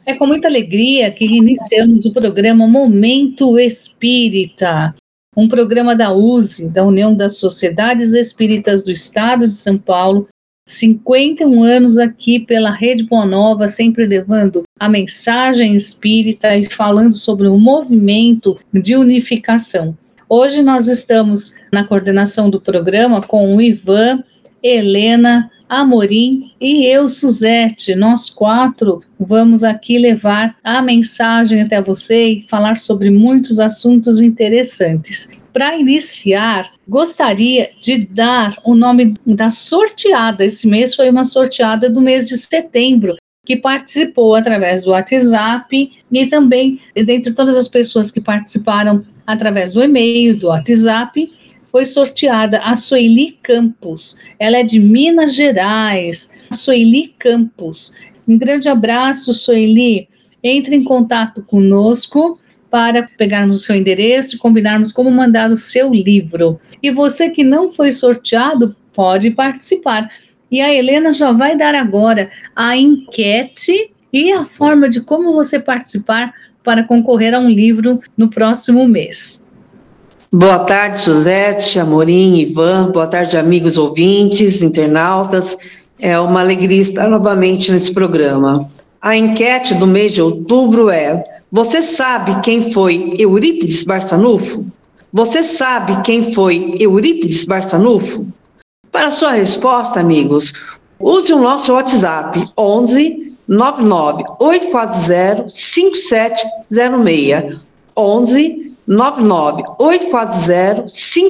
É com muita alegria que iniciamos o programa Momento Espírita, um programa da USE, da União das Sociedades Espíritas do Estado de São Paulo, 51 anos aqui pela Rede Boa Nova, sempre levando a mensagem espírita e falando sobre o movimento de unificação. Hoje nós estamos na coordenação do programa com o Ivan, Helena, Amorim e eu, Suzete. Nós 4 vamos aqui levar a mensagem até você e falar sobre muitos assuntos interessantes. Para iniciar, gostaria de dar o nome da sorteada. Esse mês foi uma sorteada do mês de setembro, que participou através do WhatsApp e também, dentre todas as pessoas que participaram através do e-mail, do WhatsApp, foi sorteada a Sueli Campos. Ela é de Minas Gerais. A Sueli Campos. Um grande abraço, Sueli. Entre em contato conosco para pegarmos o seu endereço e combinarmos como mandar o seu livro. E você que não foi sorteado, pode participar. E a Helena já vai dar agora a enquete e a forma de como você participar para concorrer a um livro no próximo mês. Boa tarde, Suzete, Amorim, Ivan, boa tarde, amigos ouvintes, internautas. É uma alegria estar novamente nesse programa. A enquete do mês de outubro é: você sabe quem foi Eurípides Barçanufo? Você sabe quem foi Eurípides Barçanufo? Para sua resposta, amigos, use o nosso WhatsApp 11 99 840 5706. 11 99 840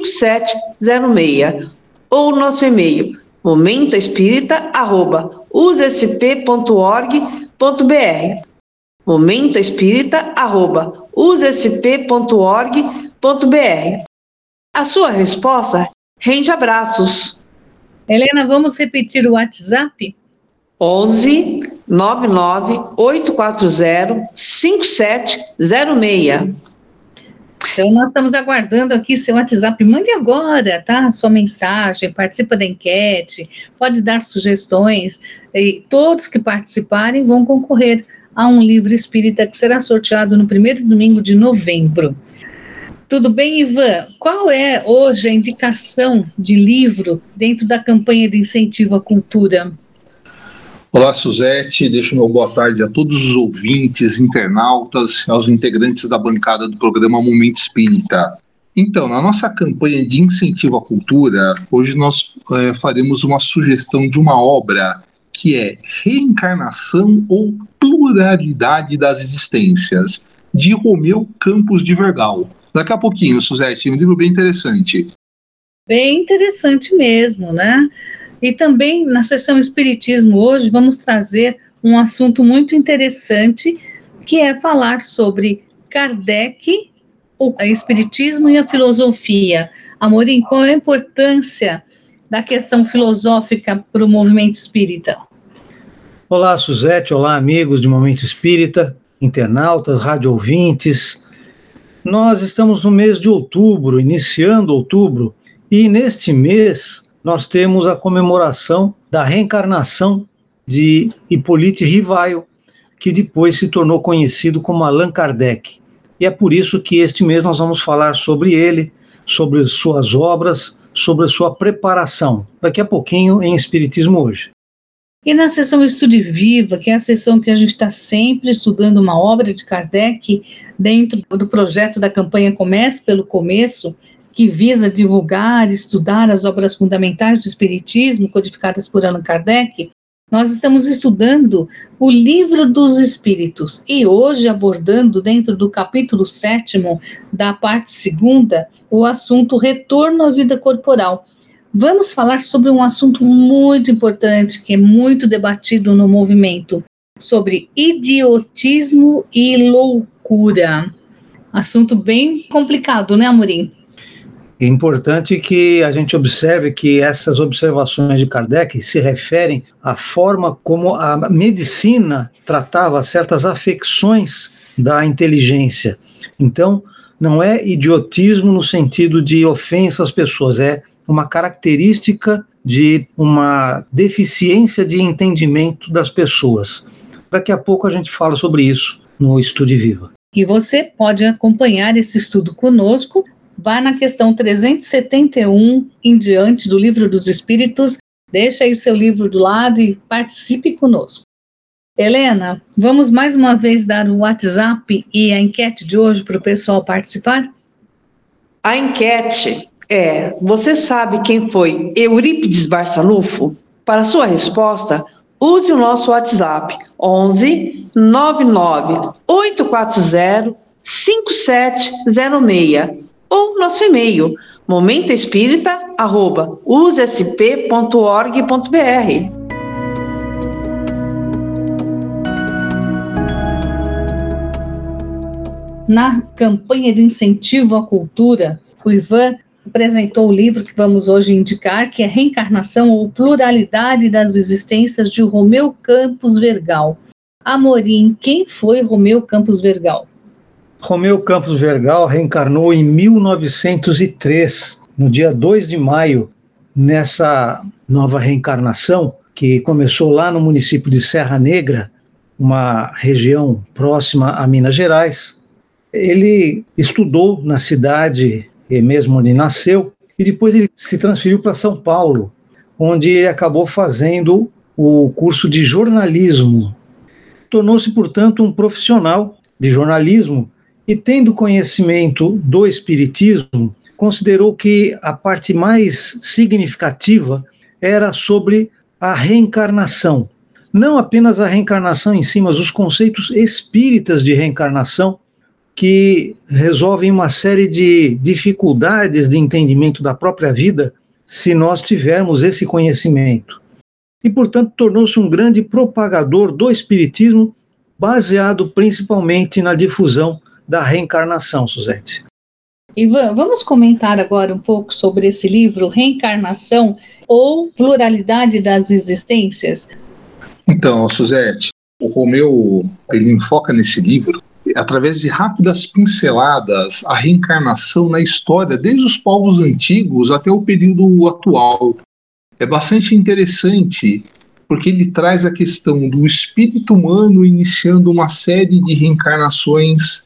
5706 ou nosso e-mail momentoespírita@usesp.org.br momentoespírita@usesp.org.br. A sua resposta rende abraços. Helena, vamos repetir o WhatsApp? 11 99 840 5706. Então, nós estamos aguardando aqui seu WhatsApp. Mande agora, tá? Sua mensagem, participa da enquete, pode dar sugestões. E todos que participarem vão concorrer a um livro espírita que será sorteado no primeiro domingo de novembro. Tudo bem, Ivan? Qual é hoje a indicação de livro dentro da campanha de incentivo à cultura? Olá, Suzete, deixo meu boa tarde a todos os ouvintes, internautas, aos integrantes da bancada do programa Momento Espírita. Então, na nossa campanha de incentivo à cultura, hoje nós faremos uma sugestão de uma obra que é Reencarnação ou Pluralidade das Existências, de Romeu Campos de Vergal. Daqui a pouquinho, Suzete, um livro bem interessante. Bem interessante mesmo, né? E também na sessão Espiritismo hoje vamos trazer um assunto muito interessante, que é falar sobre Kardec, o Espiritismo e a filosofia. Amorim, qual é a importância da questão filosófica para o movimento espírita? Olá, Suzete, olá, amigos de Momento Espírita, internautas, rádio ouvintes. Nós estamos no mês de outubro, iniciando outubro, e neste mês nós temos a comemoração da reencarnação de Hippolyte Rivail, que depois se tornou conhecido como Allan Kardec. E é por isso que este mês nós vamos falar sobre ele, sobre suas obras, sobre a sua preparação. Daqui a pouquinho em Espiritismo Hoje. E na sessão Estude Viva, que é a sessão que a gente está sempre estudando uma obra de Kardec, dentro do projeto da campanha Comece pelo Começo, que visa divulgar e estudar as obras fundamentais do Espiritismo, codificadas por Allan Kardec, nós estamos estudando o Livro dos Espíritos e hoje abordando dentro do capítulo 7º da parte 2ª o assunto Retorno à Vida Corporal. Vamos falar sobre um assunto muito importante que é muito debatido no movimento, sobre idiotismo e loucura. Assunto bem complicado, né, Amorim? É importante que a gente observe que essas observações de Kardec se referem à forma como a medicina tratava certas afecções da inteligência. Então, não é idiotismo no sentido de ofensa às pessoas, é uma característica de uma deficiência de entendimento das pessoas. Daqui a pouco a gente fala sobre isso no Estude Viva. E você pode acompanhar esse estudo conosco. Vá na questão 371 em diante do Livro dos Espíritos, deixa aí o seu livro do lado e participe conosco. Helena, vamos mais uma vez dar o WhatsApp e a enquete de hoje para o pessoal participar? A enquete é: você sabe quem foi Eurípides Barçanufo? Para sua resposta, use o nosso WhatsApp 11 99 840 5706 ou nosso e-mail momentoespírita@usesp.org.br. Na campanha de incentivo à cultura, o Ivan apresentou o livro que vamos hoje indicar, que é Reencarnação ou Pluralidade das Existências, de Romeu Campos Vergal. Amorim, quem foi Romeu Campos Vergal? Romeu Campos Vergal reencarnou em 1903, no dia 2 de maio, nessa nova reencarnação, que começou lá no município de Serra Negra, uma região próxima a Minas Gerais. Ele estudou na cidade mesmo onde nasceu, e depois ele se transferiu para São Paulo, onde ele acabou fazendo o curso de jornalismo. Tornou-se, portanto, um profissional de jornalismo e, tendo conhecimento do espiritismo, considerou que a parte mais significativa era sobre a reencarnação. Não apenas a reencarnação em si, mas os conceitos espíritas de reencarnação, que resolvem uma série de dificuldades de entendimento da própria vida se nós tivermos esse conhecimento. E, portanto, tornou-se um grande propagador do espiritismo, baseado principalmente na difusão da reencarnação, Suzete. Ivan, vamos comentar agora um pouco sobre esse livro, Reencarnação ou Pluralidade das Existências? Então, Suzete, o Romeu, ele enfoca nesse livro, através de rápidas pinceladas, a reencarnação na história, desde os povos antigos até o período atual. É bastante interessante, porque ele traz a questão do espírito humano iniciando uma série de reencarnações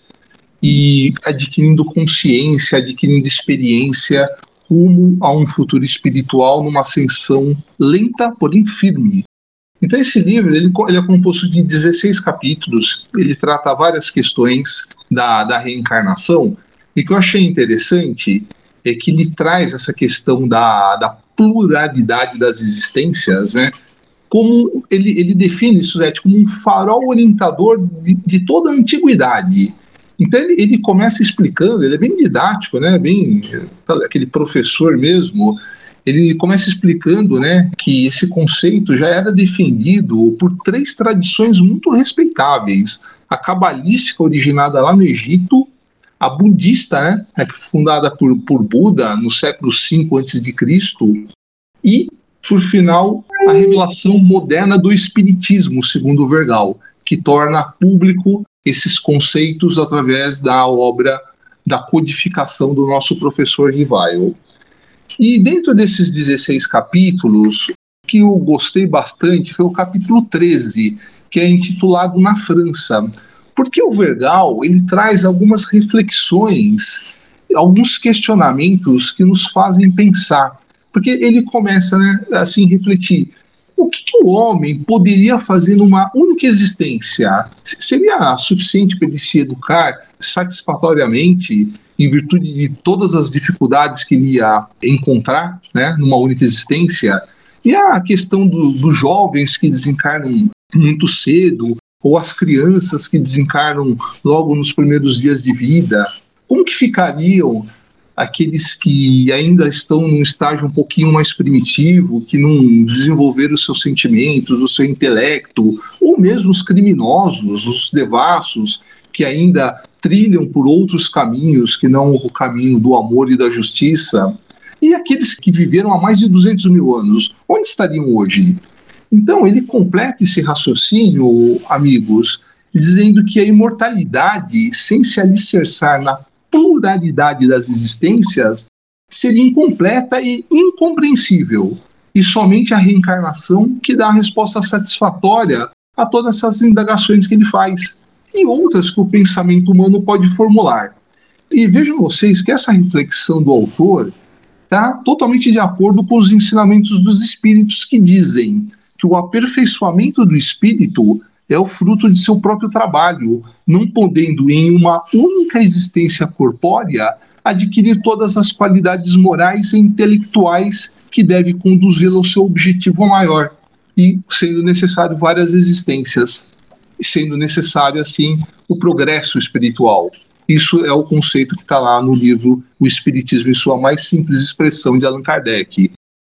e adquirindo consciência, adquirindo experiência, rumo a um futuro espiritual numa ascensão lenta, porém firme. Então esse livro ele é composto de 16 capítulos, ele trata várias questões da reencarnação, e o que eu achei interessante é que ele traz essa questão da pluralidade das existências, né? Como ele define isso, Suzete, como um farol orientador de toda a antiguidade. Então ele começa explicando, ele é bem didático, né? Bem aquele professor mesmo. Ele começa explicando, né, que esse conceito já era defendido por 3 tradições muito respeitáveis: a cabalística, originada lá no Egito, a budista, né, fundada por Buda no século V a.C., e, por final, a revelação moderna do espiritismo, segundo Vergal, que torna público esses conceitos através da obra da codificação do nosso professor Rivail. E dentro desses 16 capítulos, o que eu gostei bastante foi o capítulo 13, que é intitulado Na França. Porque o Vergal, ele traz algumas reflexões, alguns questionamentos que nos fazem pensar. Porque ele começa, né, assim, refletir. O que o homem poderia fazer numa única existência? Seria suficiente para ele se educar satisfatoriamente em virtude de todas as dificuldades que ele ia encontrar, né, numa única existência? E a questão dos jovens que desencarnam muito cedo, ou as crianças que desencarnam logo nos primeiros dias de vida, como que ficariam aqueles que ainda estão num estágio um pouquinho mais primitivo, que não desenvolveram os seus sentimentos, o seu intelecto, ou mesmo os criminosos, os devassos, que ainda trilham por outros caminhos que não o caminho do amor e da justiça, e aqueles que viveram há mais de 200 mil anos, onde estariam hoje? Então ele completa esse raciocínio, amigos, dizendo que a imortalidade, sem se alicerçar na pluralidade das existências, seria incompleta e incompreensível, e somente a reencarnação que dá a resposta satisfatória a todas essas indagações que ele faz e outras que o pensamento humano pode formular. E vejam vocês que essa reflexão do autor está totalmente de acordo com os ensinamentos dos espíritos, que dizem que o aperfeiçoamento do espírito é o fruto de seu próprio trabalho, não podendo, em uma única existência corpórea, adquirir todas as qualidades morais e intelectuais que deve conduzi-lo ao seu objetivo maior, e sendo necessário várias existências, sendo necessário, assim, o progresso espiritual. Isso é o conceito que está lá no livro O Espiritismo em sua mais simples expressão, de Allan Kardec.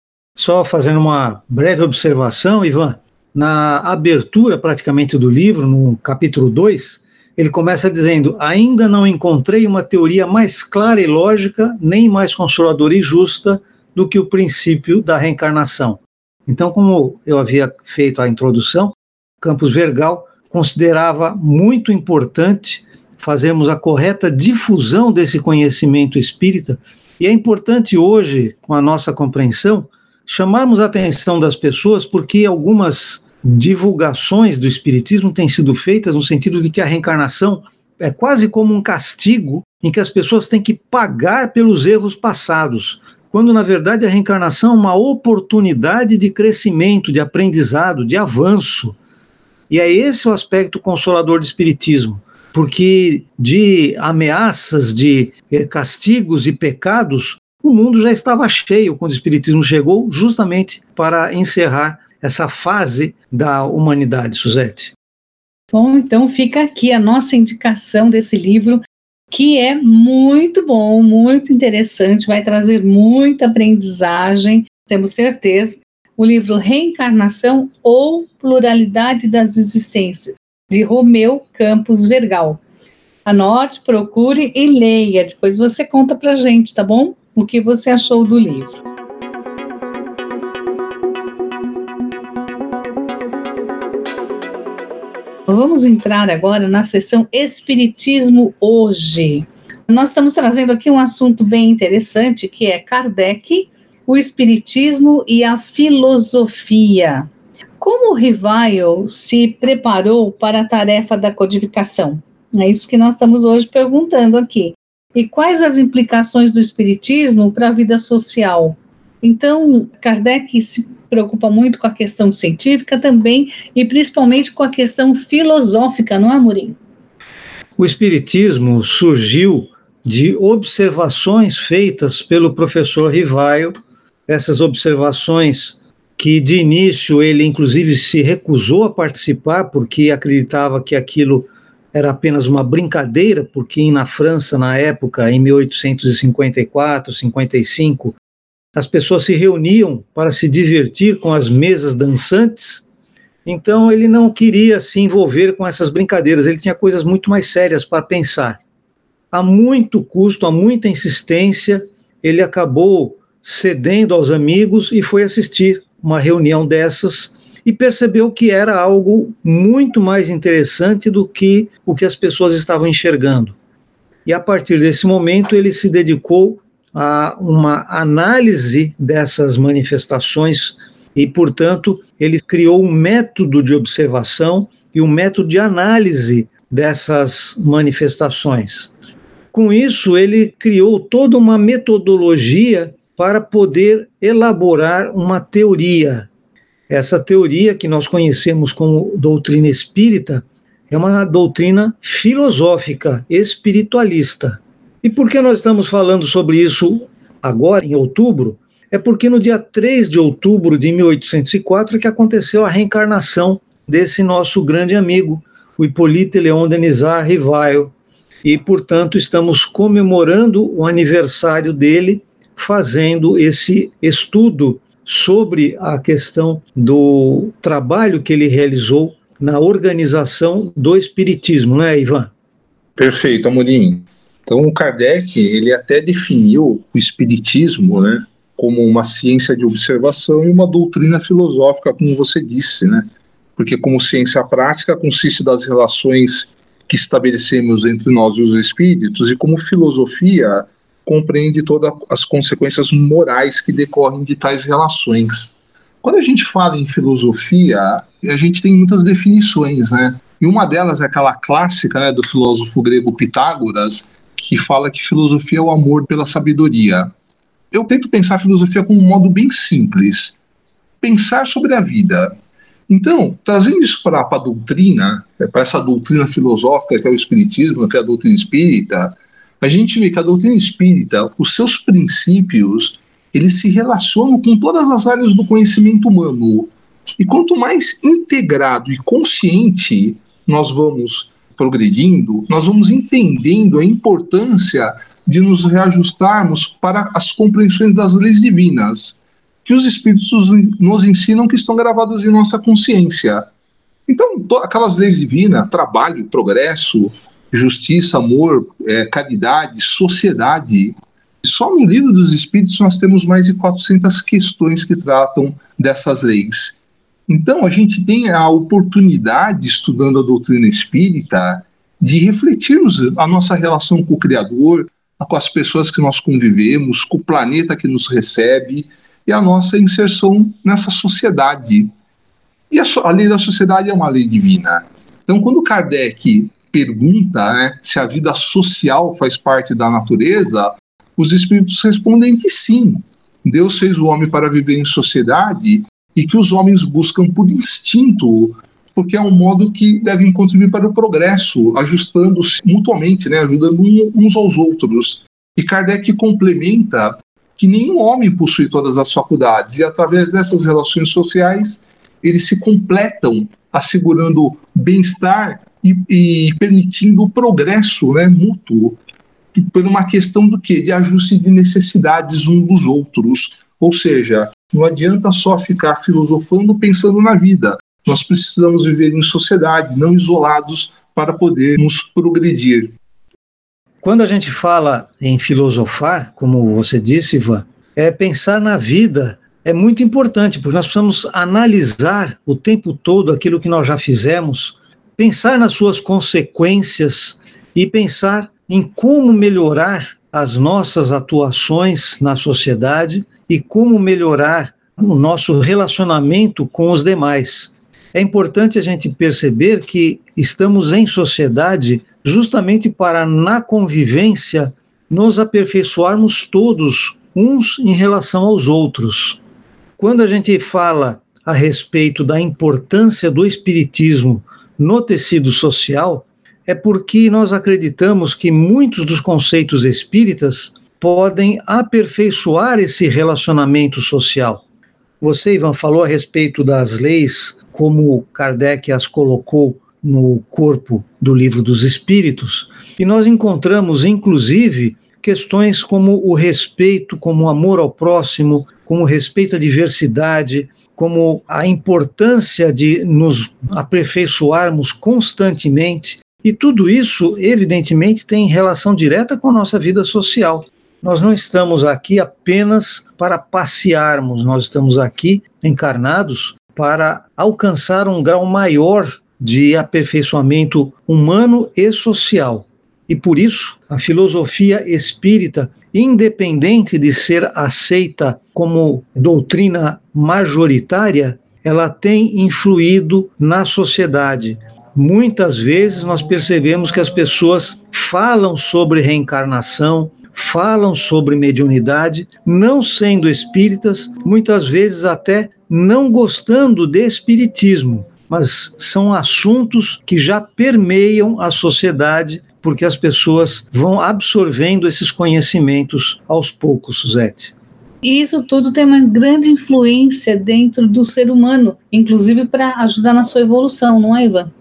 Só fazendo uma breve observação, Ivan, na abertura praticamente do livro, no capítulo 2, ele começa dizendo: ainda não encontrei uma teoria mais clara e lógica, nem mais consoladora e justa do que o princípio da reencarnação. Então, como eu havia feito a introdução, Campos Vergal considerava muito importante fazermos a correta difusão desse conhecimento espírita, e é importante hoje, com a nossa compreensão, chamarmos a atenção das pessoas, porque algumas divulgações do espiritismo têm sido feitas no sentido de que a reencarnação é quase como um castigo em que as pessoas têm que pagar pelos erros passados, quando na verdade a reencarnação é uma oportunidade de crescimento, de aprendizado, de avanço. E é esse o aspecto consolador do espiritismo, porque de ameaças, de castigos e pecados, o mundo já estava cheio quando o espiritismo chegou, justamente para encerrar essa fase da humanidade, Suzete. Bom, então fica aqui a nossa indicação desse livro, que é muito bom, muito interessante, vai trazer muita aprendizagem, temos certeza. O livro Reencarnação ou Pluralidade das Existências, de Romeu Campos Vergal. Anote, procure e leia, depois você conta pra gente, tá bom? O que você achou do livro. Vamos entrar agora na sessão Espiritismo Hoje. Nós estamos trazendo aqui um assunto bem interessante, que é Kardec, o Espiritismo e a Filosofia. Como Rivail se preparou para a tarefa da codificação? É isso que nós estamos hoje perguntando aqui. E quais as implicações do Espiritismo para a vida social? Então, Kardec se preocupa muito com a questão científica também, e principalmente com a questão filosófica, não é, Amorim? O Espiritismo surgiu de observações feitas pelo professor Rivail, essas observações que de início ele inclusive se recusou a participar porque acreditava que aquilo era apenas uma brincadeira, porque na França, na época, em 1854, 55, as pessoas se reuniam para se divertir com as mesas dançantes, então ele não queria se envolver com essas brincadeiras, ele tinha coisas muito mais sérias para pensar. A muito custo, a muita insistência, ele acabou cedendo aos amigos e foi assistir uma reunião dessas e percebeu que era algo muito mais interessante do que o que as pessoas estavam enxergando. E a partir desse momento ele se dedicou a uma análise dessas manifestações e, portanto, ele criou um método de observação e um método de análise dessas manifestações. Com isso, ele criou toda uma metodologia para poder elaborar uma teoria. Essa teoria, que nós conhecemos como doutrina espírita, é uma doutrina filosófica, espiritualista. E por que nós estamos falando sobre isso agora, em outubro? É porque no dia 3 de outubro de 1804 é que aconteceu a reencarnação desse nosso grande amigo, o Hippolyte Léon Denisard Rivail. E, portanto, estamos comemorando o aniversário dele, fazendo esse estudo sobre a questão do trabalho que ele realizou na organização do espiritismo, não é, Ivan? Perfeito, Amorim. Então, o Kardec, ele até definiu o espiritismo, né, como uma ciência de observação e uma doutrina filosófica, como você disse, né? Porque como ciência prática consiste das relações que estabelecemos entre nós e os espíritos, e como filosofia compreende todas as consequências morais que decorrem de tais relações. Quando a gente fala em filosofia, a gente tem muitas definições, né? E uma delas é aquela clássica, né, do filósofo grego Pitágoras, que fala que filosofia é o amor pela sabedoria. Eu tento pensar a filosofia como um modo bem simples. Pensar sobre a vida. Então, trazendo isso para a doutrina, para essa doutrina filosófica que é o Espiritismo, que é a doutrina espírita, a gente vê que a doutrina espírita, os seus princípios, eles se relacionam com todas as áreas do conhecimento humano. E quanto mais integrado e consciente nós vamos progredindo, nós vamos entendendo a importância de nos reajustarmos para as compreensões das leis divinas, que os Espíritos nos ensinam, que estão gravadas em nossa consciência. Então, aquelas leis divinas, trabalho, progresso, justiça, amor, caridade, sociedade. Só no Livro dos Espíritos nós temos mais de 400 questões que tratam dessas leis. Então, a gente tem a oportunidade, estudando a doutrina espírita, de refletirmos a nossa relação com o Criador, com as pessoas que nós convivemos, com o planeta que nos recebe, e a nossa inserção nessa sociedade. E a lei da sociedade é uma lei divina. Então, quando Kardec pergunta, né, se a vida social faz parte da natureza, os espíritos respondem que sim. Deus fez o homem para viver em sociedade e que os homens buscam por instinto, porque é um modo que devem contribuir para o progresso, ajustando-se mutuamente, né, ajudando uns aos outros. E Kardec complementa que nenhum homem possui todas as faculdades, e através dessas relações sociais eles se completam, assegurando bem-estar e permitindo o progresso, né, mútuo, por uma questão do quê? De ajuste de necessidades uns dos outros. Ou seja, não adianta só ficar filosofando pensando na vida. Nós precisamos viver em sociedade, não isolados, para podermos progredir. Quando a gente fala em filosofar, como você disse, Ivan, pensar na vida é muito importante, porque nós precisamos analisar o tempo todo aquilo que nós já fizemos, pensar nas suas consequências e pensar em como melhorar as nossas atuações na sociedade e como melhorar o nosso relacionamento com os demais. É importante a gente perceber que estamos em sociedade justamente para, na convivência, nos aperfeiçoarmos todos, uns em relação aos outros. Quando a gente fala a respeito da importância do espiritismo no tecido social, é porque nós acreditamos que muitos dos conceitos espíritas podem aperfeiçoar esse relacionamento social. Você, Ivan, falou a respeito das leis, como Kardec as colocou no corpo do Livro dos Espíritos, e nós encontramos, inclusive, questões como o respeito, como o amor ao próximo, como o respeito à diversidade, como a importância de nos aperfeiçoarmos constantemente. E tudo isso, evidentemente, tem relação direta com a nossa vida social. Nós não estamos aqui apenas para passearmos, nós estamos aqui encarnados para alcançar um grau maior de aperfeiçoamento humano e social. E por isso, a filosofia espírita, independente de ser aceita como doutrina majoritária, ela tem influído na sociedade. Muitas vezes nós percebemos que as pessoas falam sobre reencarnação, falam sobre mediunidade, não sendo espíritas, muitas vezes até não gostando de espiritismo, mas são assuntos que já permeiam a sociedade, porque as pessoas vão absorvendo esses conhecimentos aos poucos, Suzete. E isso tudo tem uma grande influência dentro do ser humano, inclusive para ajudar na sua evolução, não é, Ivan?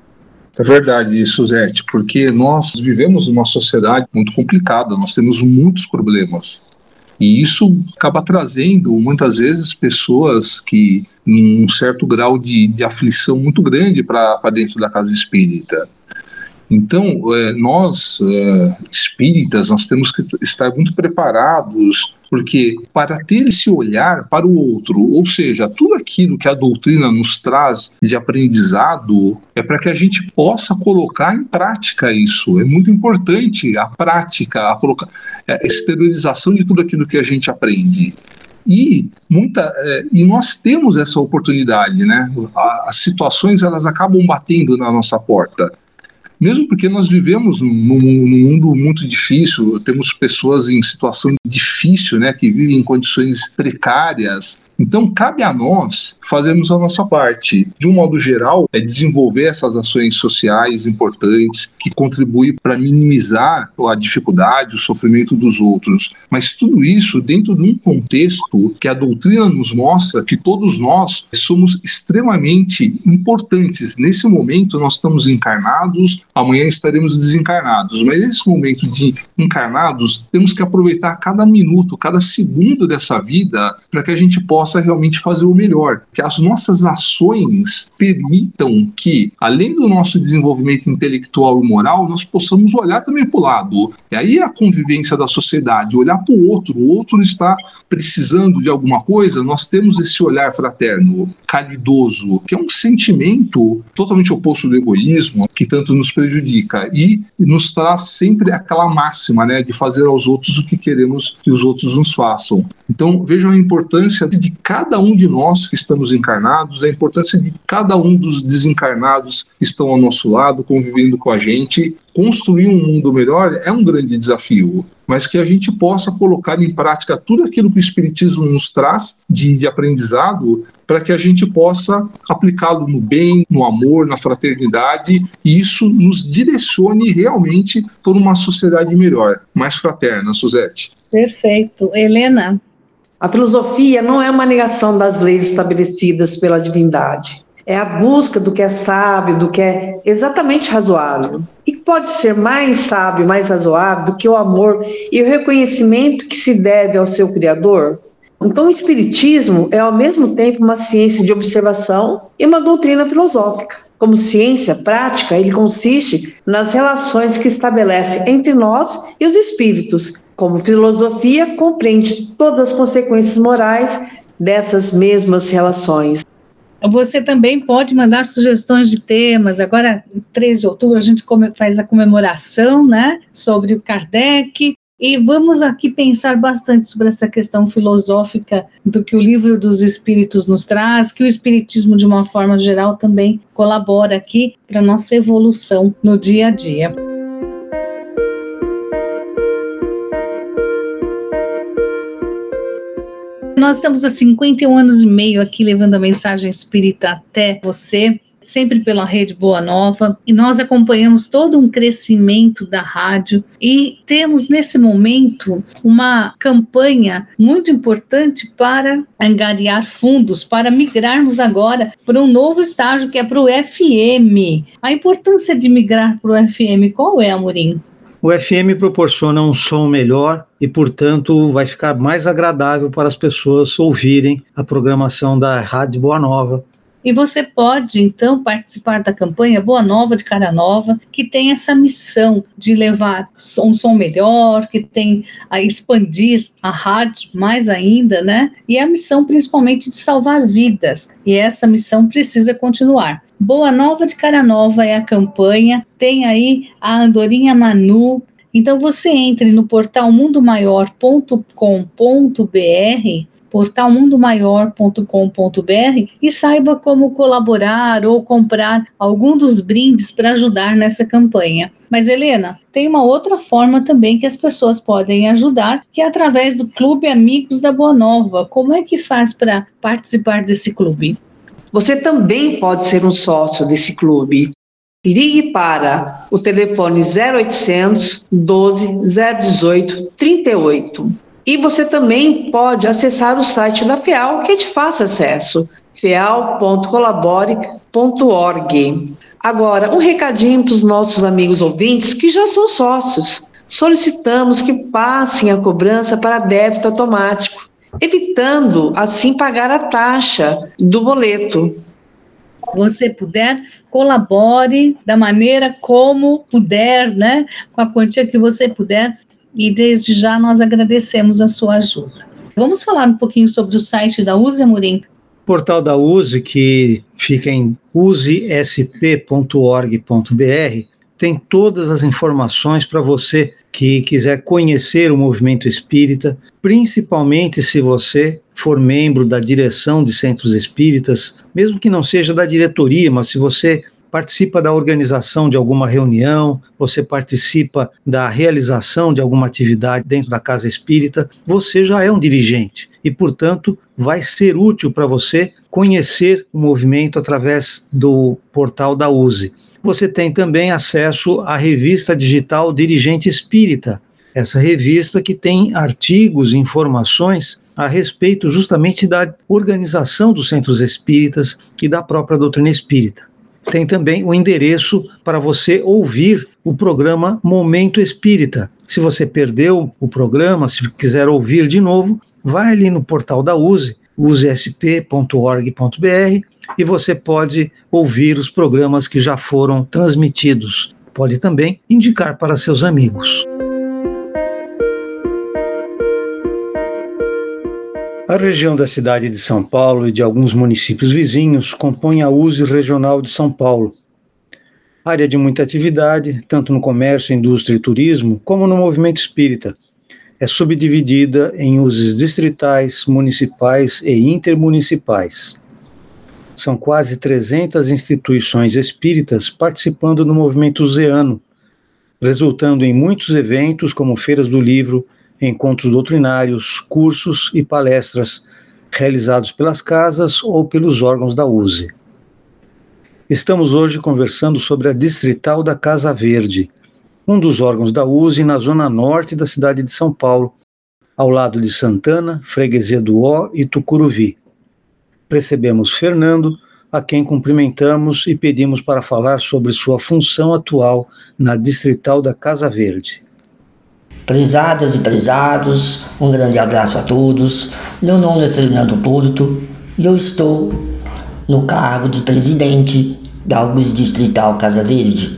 É verdade, Suzete, porque nós vivemos numa sociedade muito complicada, nós temos muitos problemas. E isso acaba trazendo, muitas vezes, pessoas que, num certo grau de aflição muito grande para dentro da casa espírita. Então, nós, espíritas, nós temos que estar muito preparados, porque para ter esse olhar para o outro, ou seja, tudo aquilo que a doutrina nos traz de aprendizado, é para que a gente possa colocar em prática isso. É muito importante a prática, a exteriorização de tudo aquilo que a gente aprende. E nós temos essa oportunidade, né? As situações, elas acabam batendo na nossa porta. Mesmo porque nós vivemos num mundo muito difícil, temos pessoas em situação difícil, né, que vivem em condições precárias. Então, cabe a nós fazermos a nossa parte. De um modo geral, é desenvolver essas ações sociais importantes que contribuem para minimizar a dificuldade, o sofrimento dos outros. Mas tudo isso dentro de um contexto que a doutrina nos mostra que todos nós somos extremamente importantes. Nesse momento, nós estamos encarnados, amanhã estaremos desencarnados. Mas nesse momento de encarnados, temos que aproveitar cada minuto, cada segundo dessa vida para que a gente possa realmente fazer o melhor, que as nossas ações permitam que, além do nosso desenvolvimento intelectual e moral, nós possamos olhar também para o lado. E aí a convivência da sociedade, olhar para o outro está precisando de alguma coisa, nós temos esse olhar fraterno, caridoso, que é um sentimento totalmente oposto do egoísmo, que tanto nos prejudica e nos traz sempre aquela máxima, né, de fazer aos outros o que queremos que os outros nos façam. Então, vejam a importância de cada um de nós que estamos encarnados, a importância de cada um dos desencarnados que estão ao nosso lado, convivendo com a gente. Construir um mundo melhor é um grande desafio, mas que a gente possa colocar em prática tudo aquilo que o Espiritismo nos traz de aprendizado, para que a gente possa aplicá-lo no bem, no amor, na fraternidade, e isso nos direcione realmente por uma sociedade melhor, mais fraterna. Suzete. Perfeito. Helena? A filosofia não é uma negação das leis estabelecidas pela divindade. É a busca do que é sábio, do que é exatamente razoável. E pode ser mais sábio, mais razoável do que o amor e o reconhecimento que se deve ao seu Criador? Então, o Espiritismo é, ao mesmo tempo, uma ciência de observação e uma doutrina filosófica. Como ciência prática, ele consiste nas relações que estabelece entre nós e os espíritos. Como filosofia, compreende todas as consequências morais dessas mesmas relações. Você também pode mandar sugestões de temas. Agora, 3 de outubro, a gente faz a comemoração, né, sobre o Kardec. E vamos aqui pensar bastante sobre essa questão filosófica do que o Livro dos Espíritos nos traz, que o Espiritismo, de uma forma geral, também colabora aqui para a nossa evolução no dia a dia. Nós estamos há 51 anos e meio aqui levando a mensagem espírita até você, sempre pela Rede Boa Nova, e nós acompanhamos todo um crescimento da rádio e temos nesse momento uma campanha muito importante para angariar fundos, para migrarmos agora para um novo estágio que é para o FM. A importância de migrar para o FM, qual é, Amorim? O FM proporciona um som melhor e, portanto, vai ficar mais agradável para as pessoas ouvirem a programação da Rádio Boa Nova. E você pode, então, participar da campanha Boa Nova de Cara Nova, que tem essa missão de levar um som melhor, que tem a expandir a rádio mais ainda, né? E a missão principalmente de salvar vidas. E essa missão precisa continuar. Boa Nova de Cara Nova é a campanha, tem aí a Andorinha Manu. Então você entre no portal mundomaior.com.br, portalmundomaior.com.br, e saiba como colaborar ou comprar algum dos brindes para ajudar nessa campanha. Mas, Helena, tem uma outra forma também que as pessoas podem ajudar, que é através do Clube Amigos da Boa Nova. Como é que faz para participar desse clube? Você também pode ser um sócio desse clube. Ligue para o telefone 0800 12 018 38. E você também pode acessar o site da FEAL, que é de fácil acesso, feal.colabore.org. Agora, um recadinho para os nossos amigos ouvintes que já são sócios. Solicitamos que passem a cobrança para débito automático, evitando, assim, pagar a taxa do boleto. Você puder, colabore da maneira como puder, né? Com a quantia que você puder, e desde já nós agradecemos a sua ajuda. Vamos falar um pouquinho sobre o site da USE, Amorim? O portal da USE, que fica em usesp.org.br, tem todas as informações para você que quiser conhecer o movimento espírita, principalmente se você for membro da direção de centros espíritas, mesmo que não seja da diretoria, mas se você participa da organização de alguma reunião, você participa da realização de alguma atividade dentro da casa espírita, você já é um dirigente e, portanto, vai ser útil para você conhecer o movimento através do portal da USE. Você tem também acesso à revista digital Dirigente Espírita, essa revista que tem artigos e informações a respeito justamente da organização dos centros espíritas e da própria doutrina espírita. Tem também o endereço para você ouvir o programa Momento Espírita. Se você perdeu o programa, se quiser ouvir de novo, vai ali no portal da USE, usesp.org.br, e você pode ouvir os programas que já foram transmitidos. Pode também indicar para seus amigos. A região da cidade de São Paulo e de alguns municípios vizinhos compõe a USE Regional de São Paulo. Área de muita atividade, tanto no comércio, indústria e turismo, como no movimento espírita. É subdividida em USEs distritais, municipais e intermunicipais. São quase 300 instituições espíritas participando do movimento useano, resultando em muitos eventos como feiras do livro, encontros doutrinários, cursos e palestras realizados pelas casas ou pelos órgãos da USE. Estamos hoje conversando sobre a Distrital da Casa Verde, um dos órgãos da USE na zona norte da cidade de São Paulo, ao lado de Santana, Freguesia do Ó e Tucuruvi. Recebemos Fernando, a quem cumprimentamos e pedimos para falar sobre sua função atual na Distrital da Casa Verde. Prezadas e prezados, um grande abraço a todos. Meu nome é Fernando Porto e eu estou no cargo de presidente da USE Distrital Casa Verde.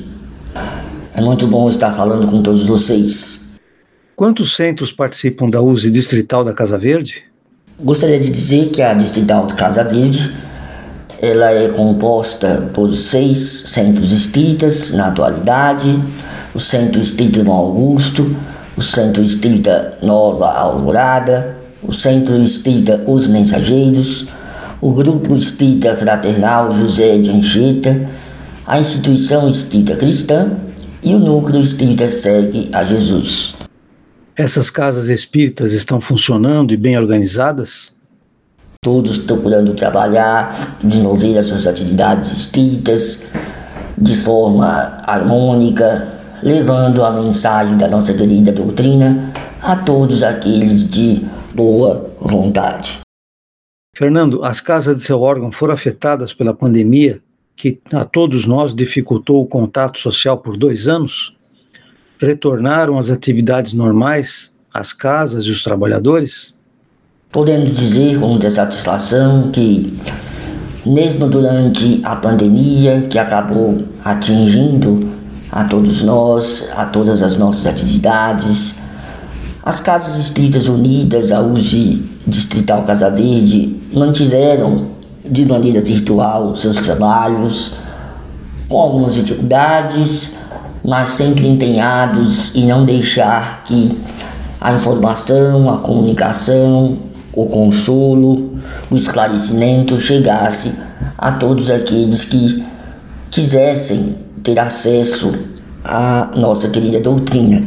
É muito bom estar falando com todos vocês. Quantos centros participam da USE Distrital da Casa Verde? Gostaria de dizer que a Distrital de Casa Verde ela é composta por 6 centros espíritas na atualidade: o Centro Espírita Irmão Augusto, o Centro Espírita Nova Alvorada, o Centro Espírita Os Mensageiros, o Grupo Espírita Fraternal José de Anchieta, a Instituição Espírita Cristã e o Núcleo Espírita Segue a Jesus. Essas casas espíritas estão funcionando e bem organizadas? Todos procurando trabalhar, desenvolver as suas atividades espíritas de forma harmônica, levando a mensagem da nossa querida doutrina a todos aqueles de boa vontade. Fernando, as casas de seu órgão foram afetadas pela pandemia, que a todos nós dificultou o contato social por 2 anos? Retornaram às atividades normais, as casas e os trabalhadores? Podemos dizer com muita satisfação que, mesmo durante a pandemia que acabou atingindo a todos nós, a todas as nossas atividades, as Casas Espíritas Unidas, a USE Distrital Casa Verde, mantiveram de maneira virtual seus trabalhos, com algumas dificuldades, mas sempre empenhados em não deixar que a informação, a comunicação, o consolo, o esclarecimento chegasse a todos aqueles que quisessem ter acesso à nossa querida doutrina.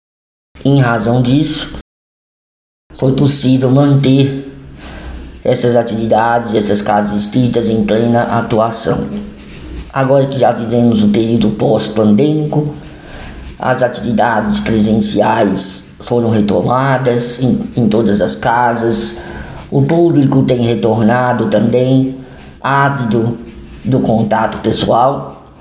Em razão disso, foi possível manter essas atividades, essas casas espíritas em plena atuação. Agora que já vivemos o período pós-pandêmico, as atividades presenciais foram retomadas em todas as casas, o público tem retornado também, ávido do contato pessoal,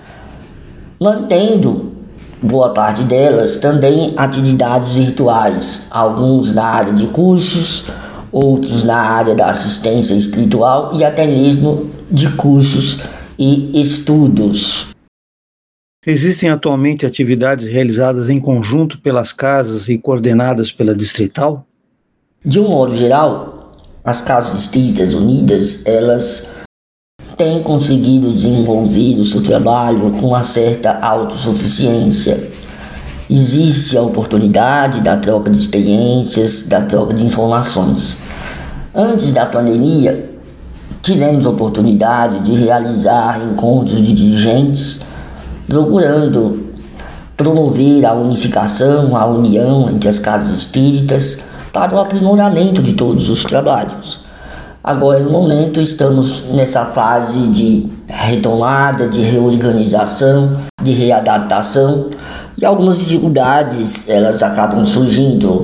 mantendo boa parte delas também atividades virtuais, alguns na área de cursos, outros na área da assistência espiritual e até mesmo de cursos e estudos. Existem atualmente atividades realizadas em conjunto pelas casas e coordenadas pela Distrital? De um modo geral, as Casas Espíritas Unidas, elas têm conseguido desenvolver o seu trabalho com uma certa autossuficiência. Existe a oportunidade da troca de experiências, da troca de informações. Antes da pandemia, tivemos a oportunidade de realizar encontros de dirigentes procurando promover a unificação, a união entre as casas espíritas para o aprimoramento de todos os trabalhos. Agora, no momento, estamos nessa fase de retomada, de reorganização, de readaptação, e algumas dificuldades elas acabam surgindo,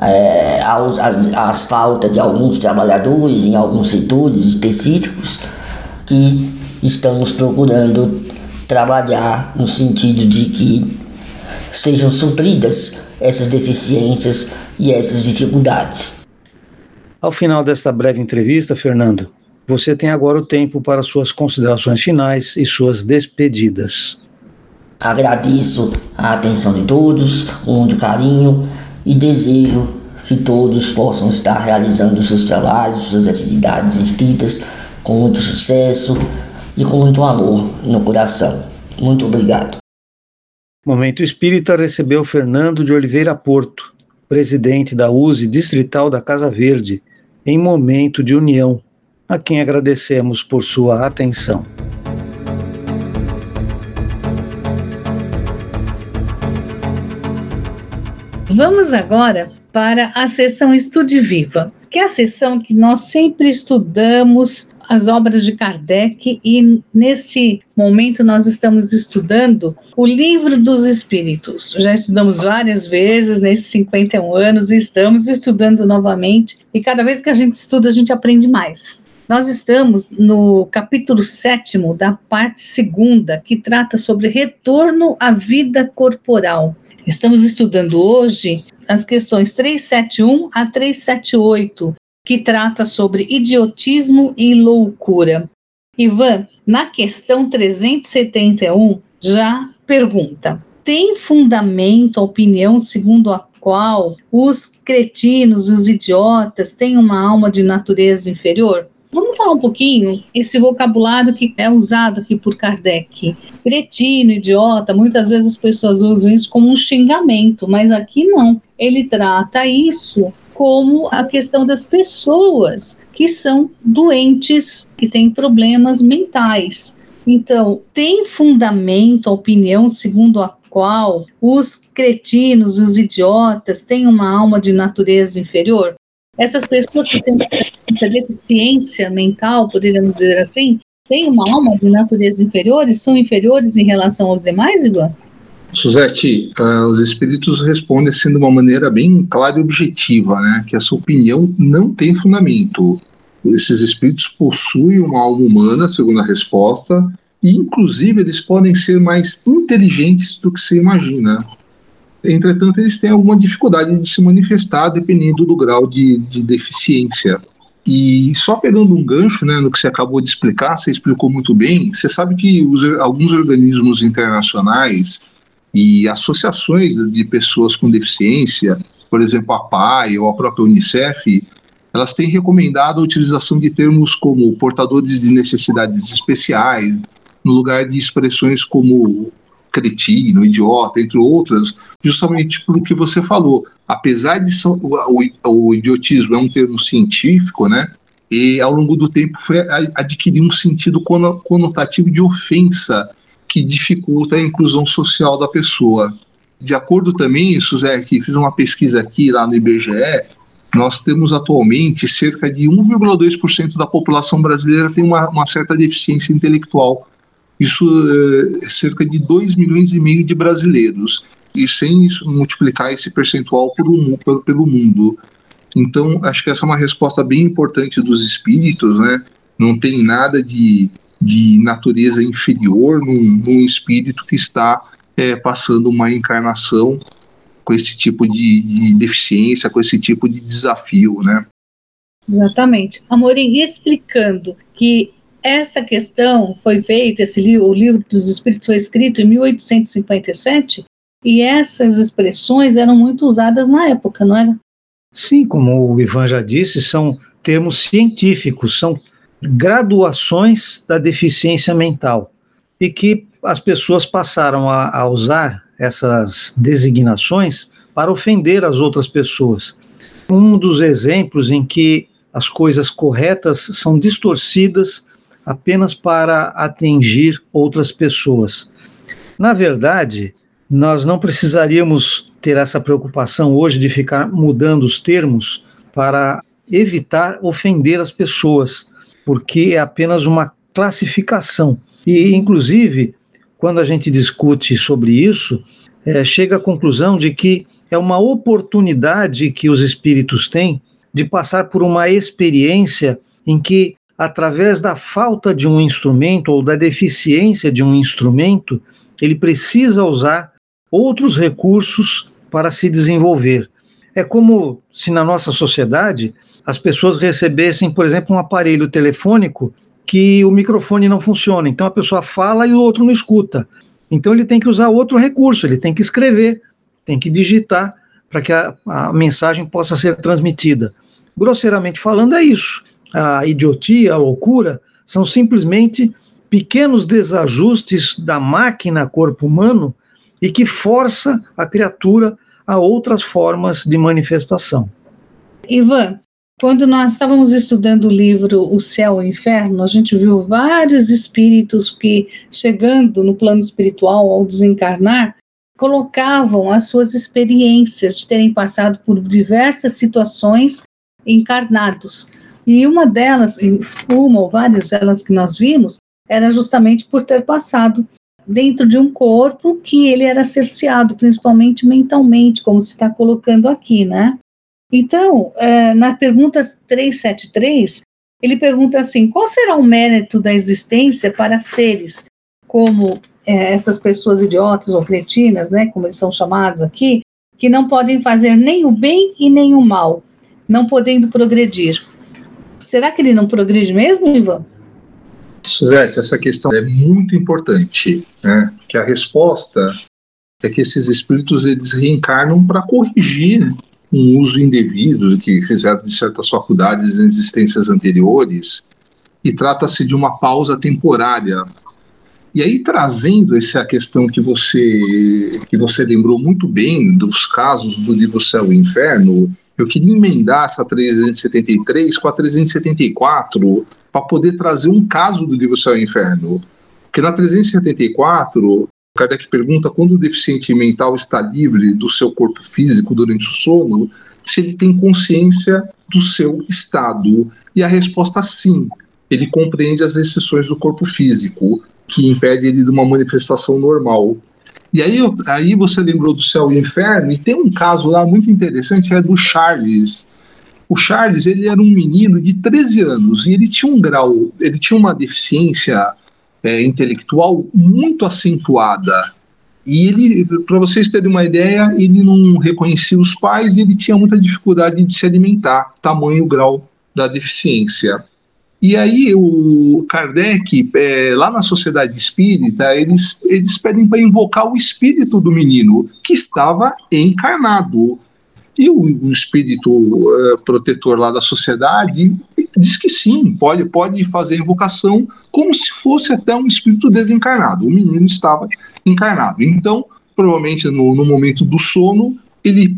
a falta de alguns trabalhadores em alguns setores específicos que estamos procurando trabalhar no sentido de que sejam supridas essas deficiências e essas dificuldades. Ao final desta breve entrevista, Fernando, você tem agora o tempo para suas considerações finais e suas despedidas. Agradeço a atenção de todos, com muito carinho, e desejo que todos possam estar realizando seus trabalhos, suas atividades espíritas com muito sucesso e com muito amor no coração. Muito obrigado. Momento Espírita recebeu Fernando de Oliveira Porto, presidente da USE Distrital da Casa Verde, em momento de união, a quem agradecemos por sua atenção. Vamos agora para a sessão Estude Viva, que é a sessão que nós sempre estudamos as obras de Kardec, e nesse momento nós estamos estudando o Livro dos Espíritos. Já estudamos várias vezes nesses 51 anos e estamos estudando novamente, e cada vez que a gente estuda a gente aprende mais. Nós estamos no capítulo 7º da parte 2ª, que trata sobre retorno à vida corporal. Estamos estudando hoje as questões 371 a 378, que trata sobre idiotismo e loucura. Ivan, na questão 371, já pergunta: tem fundamento a opinião segundo a qual os cretinos e os idiotas têm uma alma de natureza inferior? Vamos falar um pouquinho esse vocabulário que é usado aqui por Kardec. Cretino, idiota, muitas vezes as pessoas usam isso como um xingamento, mas aqui não. Ele trata isso como a questão das pessoas que são doentes, que têm problemas mentais. Então, tem fundamento a opinião segundo a qual os cretinos, os idiotas, têm uma alma de natureza inferior? Essas pessoas que têm essa deficiência mental, poderíamos dizer assim, têm uma alma de natureza inferior e são inferiores em relação aos demais, Ivan? Suzete, os espíritos respondem assim de uma maneira bem clara e objetiva, né? Que essa opinião não tem fundamento. Esses espíritos possuem uma alma humana, segundo a resposta, e inclusive eles podem ser mais inteligentes do que se imagina. Entretanto, eles têm alguma dificuldade de se manifestar dependendo do grau de deficiência. E só pegando um gancho, né, no que você acabou de explicar, você explicou muito bem, você sabe que alguns organismos internacionais e associações de pessoas com deficiência, por exemplo, a PAI ou a própria Unicef, elas têm recomendado a utilização de termos como portadores de necessidades especiais, no lugar de expressões como cretino, idiota, entre outras, justamente pelo que você falou. Apesar de o idiotismo é um termo científico, né, e ao longo do tempo foi adquirir um sentido conotativo de ofensa, que dificulta a inclusão social da pessoa. De acordo também, Suzete, fiz uma pesquisa aqui lá no IBGE, nós temos atualmente cerca de 1,2% da população brasileira tem uma certa deficiência intelectual. Isso é cerca de 2,5 milhões de brasileiros, e sem multiplicar esse percentual pelo mundo. Então, acho que essa é uma resposta bem importante dos espíritos, né? Não tem nada de natureza inferior num espírito que está passando uma encarnação com esse tipo de deficiência, com esse tipo de desafio, né? Exatamente. Amorim, explicando que essa questão foi feita, o livro dos Espíritos foi escrito em 1857, e essas expressões eram muito usadas na época, não era? Sim, como o Ivan já disse, são termos científicos, são graduações da deficiência mental, e que as pessoas passaram a usar essas designações para ofender as outras pessoas. Um dos exemplos em que as coisas corretas são distorcidas apenas para atingir outras pessoas. Na verdade, nós não precisaríamos ter essa preocupação hoje de ficar mudando os termos para evitar ofender as pessoas, porque é apenas uma classificação. E, inclusive, quando a gente discute sobre isso, chega à conclusão de que é uma oportunidade que os espíritos têm de passar por uma experiência em que, através da falta de um instrumento ou da deficiência de um instrumento, ele precisa usar outros recursos para se desenvolver. É como se na nossa sociedade as pessoas recebessem, por exemplo, um aparelho telefônico que o microfone não funciona, então a pessoa fala e o outro não escuta. Então ele tem que usar outro recurso, ele tem que escrever, tem que digitar para que a mensagem possa ser transmitida. Grosseiramente falando, é isso. A idiotia, a loucura, são simplesmente pequenos desajustes da máquina corpo humano e que força a criatura a outras formas de manifestação. Ivan, quando nós estávamos estudando o livro O Céu e o Inferno, a gente viu vários espíritos que, chegando no plano espiritual ao desencarnar, colocavam as suas experiências de terem passado por diversas situações encarnados. E uma delas, uma ou várias delas que nós vimos, era justamente por ter passado dentro de um corpo que ele era cerceado, principalmente mentalmente, como se está colocando aqui, né? Então, na pergunta 373, ele pergunta assim: qual será o mérito da existência para seres como essas pessoas idiotas ou cretinas, né, como eles são chamados aqui, que não podem fazer nem o bem e nem o mal, não podendo progredir? Será que ele não progride mesmo, Ivan? Suzete, essa questão é muito importante, né? Que a resposta é que esses espíritos eles reencarnam para corrigir um uso indevido que fizeram de certas faculdades em existências anteriores, e trata-se de uma pausa temporária. E aí, trazendo essa questão que você lembrou muito bem dos casos do livro Céu e Inferno, eu queria emendar essa 373 com a 374 para poder trazer um caso do livro Céu e Inferno. Porque na 374, Kardec pergunta quando o deficiente mental está livre do seu corpo físico durante o sono, se ele tem consciência do seu estado. E a resposta sim, ele compreende as restrições do corpo físico, que impede ele de uma manifestação normal. E aí você lembrou do Céu e Inferno, e tem um caso lá muito interessante, é do Charles. O Charles, ele era um menino de 13 anos, e ele tinha uma deficiência intelectual muito acentuada. E ele, para vocês terem uma ideia, ele não reconhecia os pais e ele tinha muita dificuldade de se alimentar, tamanho grau da deficiência. E aí o Kardec, lá na Sociedade Espírita, eles pedem para invocar o espírito do menino, que estava encarnado. E o espírito protetor lá da sociedade diz que sim, pode fazer a invocação como se fosse até um espírito desencarnado. O menino estava encarnado. Então, provavelmente no momento do sono, ele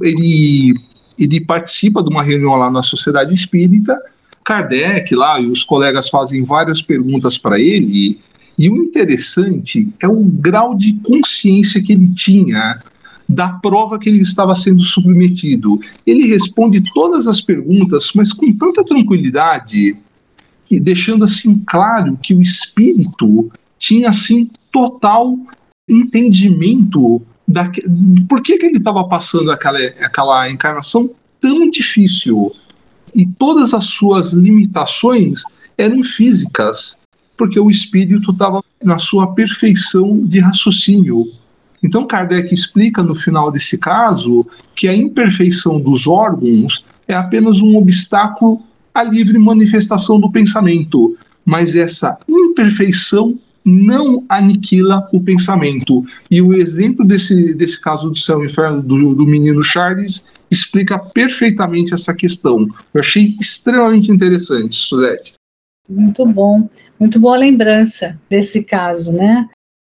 participa de uma reunião lá na Sociedade Espírita. Kardec lá e os colegas fazem várias perguntas para ele, e o interessante é o grau de consciência que ele tinha da prova que ele estava sendo submetido. Ele responde todas as perguntas, mas com tanta tranquilidade, e deixando assim claro que o espírito tinha assim total entendimento por que ele estava passando aquela encarnação tão difícil. E todas as suas limitações eram físicas, porque o espírito estava na sua perfeição de raciocínio. Então Kardec explica no final desse caso que a imperfeição dos órgãos é apenas um obstáculo à livre manifestação do pensamento, mas essa imperfeição não aniquila o pensamento. E o exemplo desse caso do Céu e Inferno do menino Charles explica perfeitamente essa questão. Eu achei extremamente interessante, Suzete. Muito bom. Muito boa lembrança desse caso, né?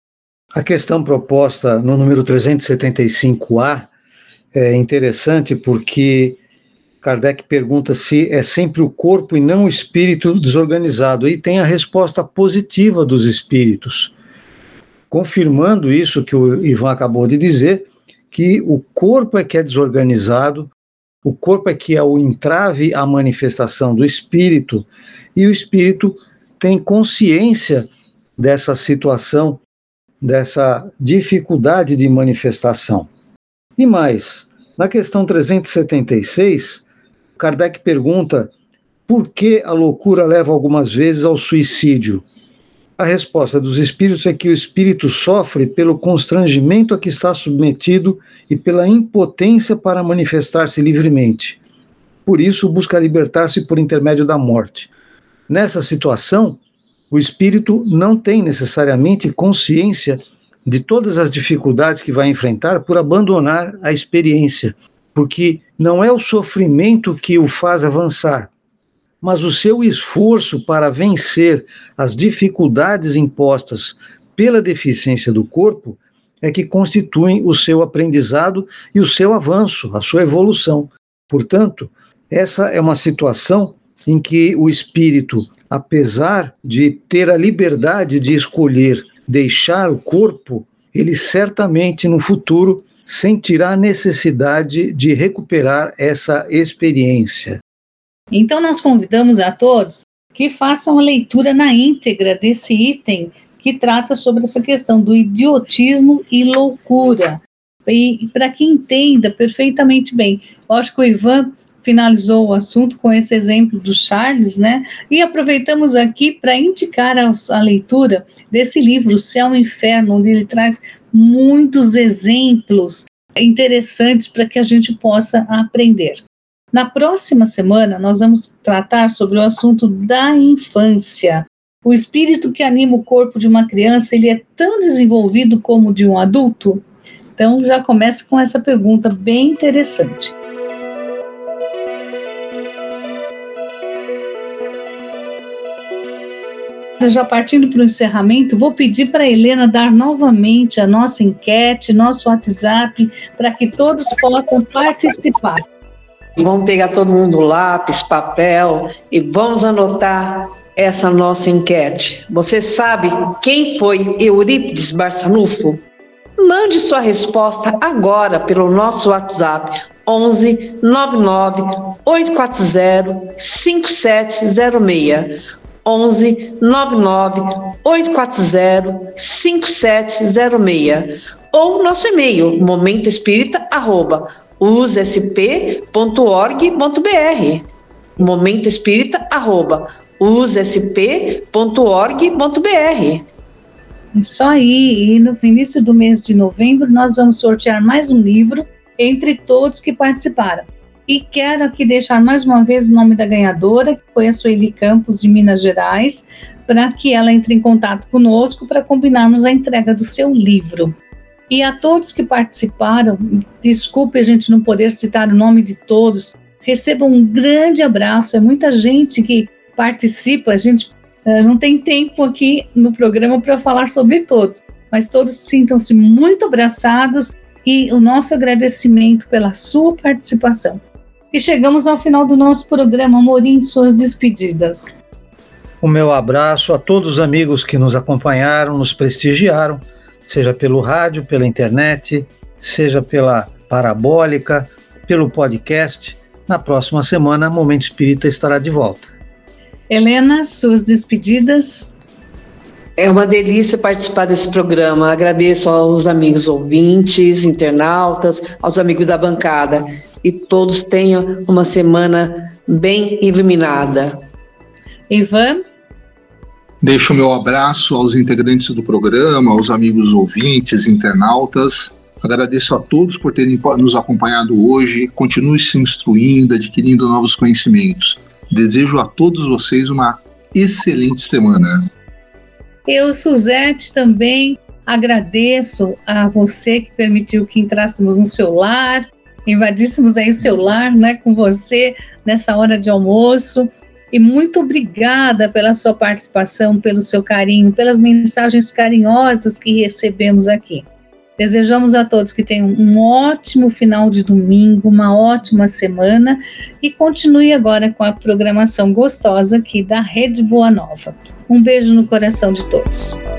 A questão proposta no número 375A é interessante porque Kardec pergunta se é sempre o corpo e não o espírito desorganizado, e tem a resposta positiva dos espíritos, confirmando isso que o Ivan acabou de dizer, que o corpo é que é desorganizado, o corpo é que é o entrave à manifestação do espírito, e o espírito tem consciência dessa situação, dessa dificuldade de manifestação. E mais, na questão 376, Kardec pergunta por que a loucura leva algumas vezes ao suicídio. A resposta dos espíritos é que o espírito sofre pelo constrangimento a que está submetido e pela impotência para manifestar-se livremente. Por isso, busca libertar-se por intermédio da morte. Nessa situação, o espírito não tem necessariamente consciência de todas as dificuldades que vai enfrentar por abandonar a experiência, porque não é o sofrimento que o faz avançar, mas o seu esforço para vencer as dificuldades impostas pela deficiência do corpo é que constituem o seu aprendizado e o seu avanço, a sua evolução. Portanto, essa é uma situação em que o espírito, apesar de ter a liberdade de escolher deixar o corpo, ele certamente no futuro sentirá a necessidade de recuperar essa experiência. Então nós convidamos a todos que façam a leitura na íntegra desse item que trata sobre essa questão do idiotismo e loucura. E para que entenda perfeitamente bem, eu acho que o Ivan finalizou o assunto com esse exemplo do Charles, né? E aproveitamos aqui para indicar a leitura desse livro, O Céu e o Inferno, onde ele traz muitos exemplos interessantes para que a gente possa aprender. Na próxima semana, nós vamos tratar sobre o assunto da infância. O espírito que anima o corpo de uma criança, ele é tão desenvolvido como o de um adulto? Então, já começa com essa pergunta bem interessante. Já partindo para o encerramento, vou pedir para a Helena dar novamente a nossa enquete, nosso WhatsApp, para que todos possam participar. Vamos pegar todo mundo lápis, papel e vamos anotar essa nossa enquete. Você sabe quem foi Eurípides Barçanufo? Mande sua resposta agora pelo nosso WhatsApp 11 99 840 5706. 11 99 840 5706 ou nosso e-mail momentoespírita@usesp.org.br momentoespírita@usesp.org.br. Isso aí, e no início do mês de novembro nós vamos sortear mais um livro entre todos que participaram. E quero aqui deixar mais uma vez o nome da ganhadora, que foi a Sueli Campos, de Minas Gerais, para que ela entre em contato conosco para combinarmos a entrega do seu livro. E a todos que participaram, desculpe a gente não poder citar o nome de todos, recebam um grande abraço, é muita gente que participa, a gente não tem tempo aqui no programa para falar sobre todos, mas todos sintam-se muito abraçados e o nosso agradecimento pela sua participação. E chegamos ao final do nosso programa. Amorim, suas despedidas. O meu abraço a todos os amigos que nos acompanharam, nos prestigiaram, seja pelo rádio, pela internet, seja pela parabólica, pelo podcast. Na próxima semana, Momento Espírita estará de volta. Helena, suas despedidas. É uma delícia participar desse programa. Agradeço aos amigos ouvintes, internautas, aos amigos da bancada. E todos tenham uma semana bem iluminada. Ivan? Deixo o meu abraço aos integrantes do programa, aos amigos ouvintes, internautas. Agradeço a todos por terem nos acompanhado hoje. Continue se instruindo, adquirindo novos conhecimentos. Desejo a todos vocês uma excelente semana. Eu, Suzete, também agradeço a você que permitiu que entrássemos no seu lar, invadíssemos aí o seu lar, né, com você nessa hora de almoço. E muito obrigada pela sua participação, pelo seu carinho, pelas mensagens carinhosas que recebemos aqui. Desejamos a todos que tenham um ótimo final de domingo, uma ótima semana e continue agora com a programação gostosa aqui da Rede Boa Nova. Um beijo no coração de todos.